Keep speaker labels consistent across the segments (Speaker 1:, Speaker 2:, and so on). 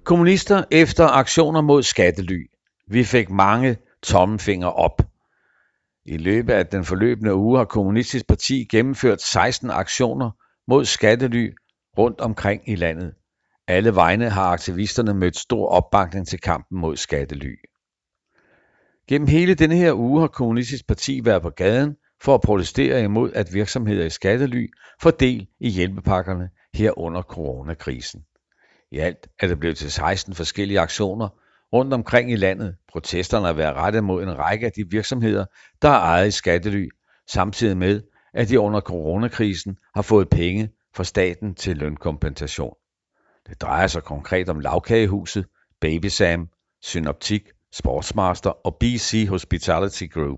Speaker 1: Kommunister efter aktioner mod skattely. Vi fik mange tommelfingre op. I løbet af den forløbende uge har Kommunistisk Parti gennemført 16 aktioner mod skattely rundt omkring i landet. Alle vegne har aktivisterne mødt stor opbakning til kampen mod skattely. Gennem hele denne her uge har Kommunistisk Parti været på gaden for at protestere imod, at virksomheder i skattely får del i hjælpepakkerne her under coronakrisen. I alt er det blevet til 16 forskellige aktioner rundt omkring i landet. Protesterne har været rettet mod en række af de virksomheder, der er ejet i skattely, samtidig med, at de under coronakrisen har fået penge fra staten til lønkompensation. Det drejer sig konkret om Lagkagehuset, Baby Sam, Synoptik, Sportsmaster og BC Hospitality Group.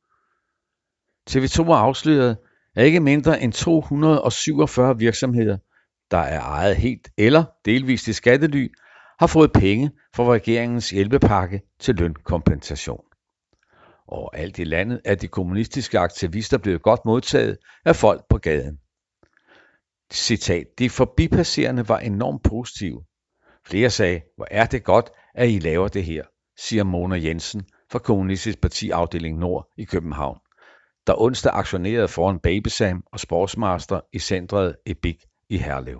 Speaker 1: TV2 har afsløret, at ikke mindre end 247 virksomheder, der er ejet helt eller delvist i skattely, har fået penge fra regeringens hjælpepakke til lønkompensation. Overalt i landet er de kommunistiske aktivister blevet godt modtaget af folk på gaden. Citat: de forbipasserende var enormt positive. Flere sagde, hvor er det godt, at I laver det her, siger Mona Jensen fra Kommunistisk Parti afdeling Nord i København, der onsdag aktionerede foran Baby Sam og Sportsmaster i centret Ebik i Herlev.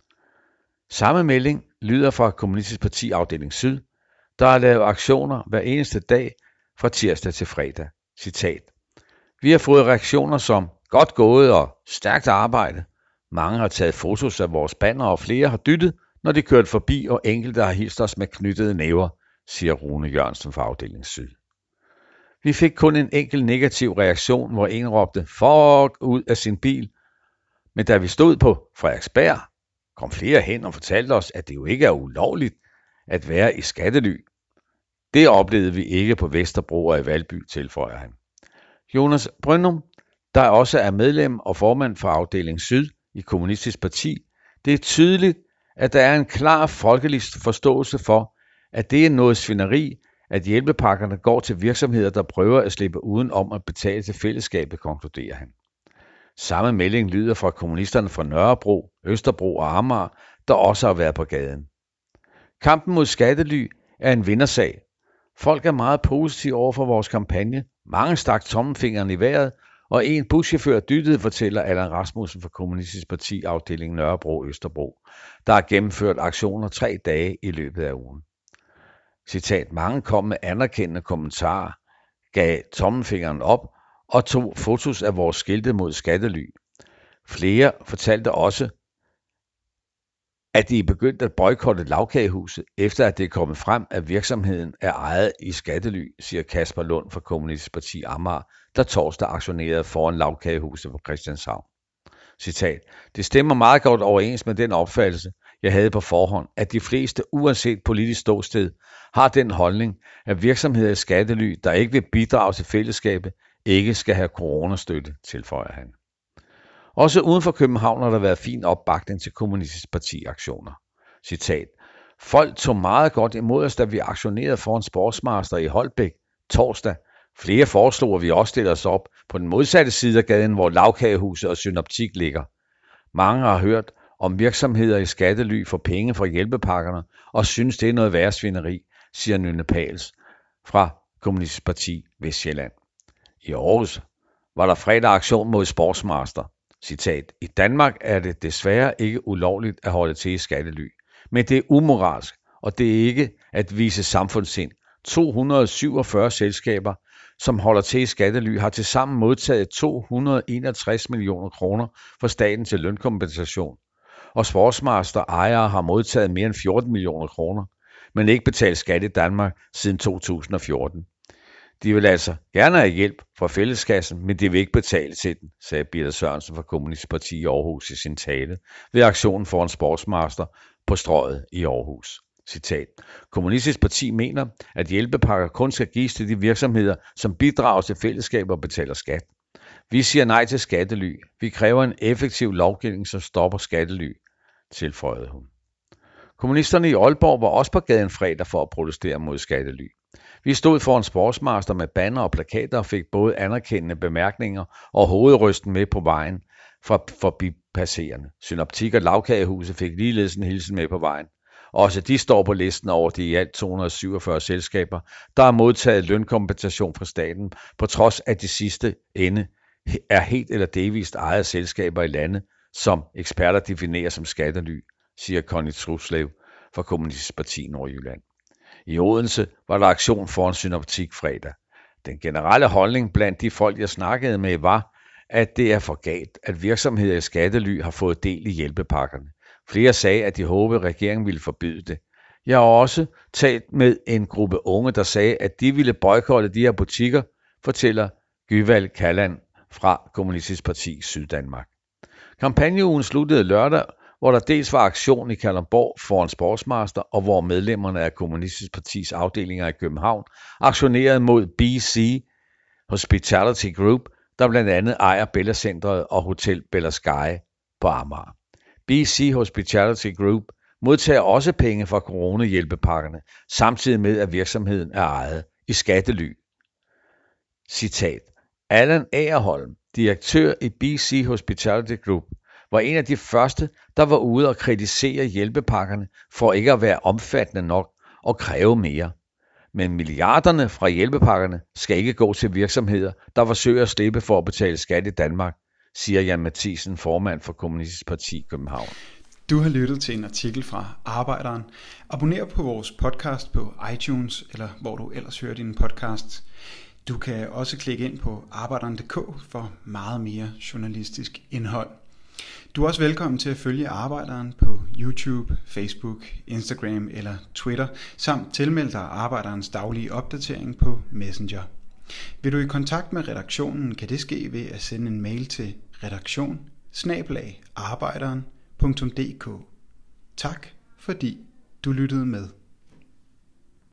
Speaker 1: Samme melding lyder fra Kommunistisk Parti afdeling Syd, der har lavet aktioner hver eneste dag fra tirsdag til fredag. Citat: vi har fået reaktioner som godt gået og stærkt arbejde. Mange har taget fotos af vores banner, og flere har dyttet, når de kørte forbi, og enkelte har hilst os med knyttede næver, siger Rune Jørgensen fra afdeling Syd. Vi fik kun en enkelt negativ reaktion, hvor en råbte fuck ud af sin bil, men da vi stod på Frederiksberg, kom flere hen og fortalte os, at det jo ikke er ulovligt at være i skattely. Det oplevede vi ikke på Vesterbro og i Valby, tilføjer han. Jonas Brøndum, der også er medlem og formand for afdeling Syd i Kommunistisk Parti, det er tydeligt, at der er en klar folkelig forståelse for, at det er noget svineri, at hjælpepakkerne går til virksomheder, der prøver at slippe uden om at betale til fællesskabet, konkluderer han. Samme melding lyder fra kommunisterne fra Nørrebro, Østerbro og Amager, der også har været på gaden. Kampen mod skattely er en vindersag. Folk er meget positive over for vores kampagne. Mange stak tommelfingeren i vejret, og en buschauffør dyttede, fortæller Allan Rasmussen fra Kommunistisk Parti afdeling Nørrebro Østerbro, der har gennemført aktioner 3 dage i løbet af ugen. Citat: mange kom med anerkendende kommentarer, gav tommelfingeren op og tog fotos af vores skilte mod skattely. Flere fortalte også, at de er begyndt at boykotte Lagkagehuset, efter at det er kommet frem, at virksomheden er ejet i skattely, siger Kasper Lund fra Kommunistisk Parti Amager, der torsdag aktionerede foran Lagkagehuset på Christianshavn. Citat: det stemmer meget godt overens med den opfattelse, jeg havde på forhånd, at de fleste, uanset politisk ståsted, har den holdning, at virksomheder i skattely, der ikke vil bidrage til fællesskabet, ikke skal have coronastøtte, tilføjer han. Også uden for København har der været fin opbakning til Kommunistisk Parti-aktioner. Citat: folk tog meget godt imod os, da vi aktionerede foran Sportsmaster i Holbæk torsdag. Flere foreslog, at vi også stiller os op på den modsatte side af gaden, hvor Lagkagehuset og Synoptik ligger. Mange har hørt om virksomheder i skattely for penge fra hjælpepakkerne og synes, det er noget værre svineri, siger Nynne Pals fra Kommunistisk Parti Vestjylland. I Aarhus var der fredag aktion mod Sportsmaster. Citat: i Danmark er det desværre ikke ulovligt at holde til i skattely, men det er umoralsk, og det er ikke at vise samfundssind. 247 selskaber, som holder til i skattely, har tilsammen modtaget 261 millioner kroner fra staten til lønkompensation, og Sportsmaster ejere har modtaget mere end 14 millioner kroner, men ikke betalt skat i Danmark siden 2014. De vil altså gerne have hjælp fra fælleskassen, men de vil ikke betale til den, sagde Birthe Sørensen fra Kommunistisk Parti i Aarhus i sin tale ved aktionen foran Sportsmaster på Strøget i Aarhus. Citat: Kommunistisk Parti mener, at hjælpepakker kun skal gives til de virksomheder, som bidrager til fællesskab og betaler skat. Vi siger nej til skattely. Vi kræver en effektiv lovgivning, som stopper skattely, tilføjede hun. Kommunisterne i Aalborg var også på gaden fredag for at protestere mod skattely. Vi stod foran Sportsmaster med banner og plakater og fik både anerkendende bemærkninger og hovedrysten med på vejen fra forbipasserende. Synoptik og Lagkagehuset fik ligeledes en hilsen med på vejen. Også de står på listen over de i alt 247 selskaber, der har modtaget lønkompensation fra staten, på trods af de sidste ende er helt eller delvist ejede selskaber i lande, som eksperter definerer som skattely, siger Connie Truslev fra Kommunistisk Parti Nordjylland. I Odense var der aktion foran Synoptik fredag. Den generelle holdning blandt de folk, jeg snakkede med, var, at det er for galt, at virksomheder i skattely har fået del i hjælpepakkerne. Flere sagde, at de håbede, at regeringen ville forbyde det. Jeg har også talt med en gruppe unge, der sagde, at de ville boykotte de her butikker, fortæller Gyvald Kalland fra Kommunistisk Parti Syddanmark. Kampagneugen sluttede lørdag, hvor der dels var aktion i Kalundborg foran Sportsmaster, og hvor medlemmerne af Kommunistisk Partis afdelinger i København aktionerede mod BC Hospitality Group, der blandt andet ejer Bella Centret og Hotel Bella Sky på Amager. BC Hospitality Group modtager også penge fra coronahjælpepakkerne, samtidig med at virksomheden er ejet i skattely. Citat. Allan Agerholm, direktør i BC Hospitality Group, var en af de første, der var ude og kritisere hjælpepakkerne for ikke at være omfattende nok og kræve mere. Men milliarderne fra hjælpepakkerne skal ikke gå til virksomheder, der forsøger at slippe for at betale skat i Danmark, siger Jan Mathisen, formand for Kommunistisk Parti København.
Speaker 2: Du har lyttet til en artikel fra Arbejderen. Abonner på vores podcast på iTunes, eller hvor du ellers hører dine podcasts. Du kan også klikke ind på arbejderen.dk for meget mere journalistisk indhold. Du er også velkommen til at følge Arbejderen på YouTube, Facebook, Instagram eller Twitter, samt tilmelde dig Arbejderens daglige opdatering på Messenger. Vil du i kontakt med redaktionen, kan det ske ved at sende en mail til redaktion@arbejderen.dk. Tak fordi du lyttede med.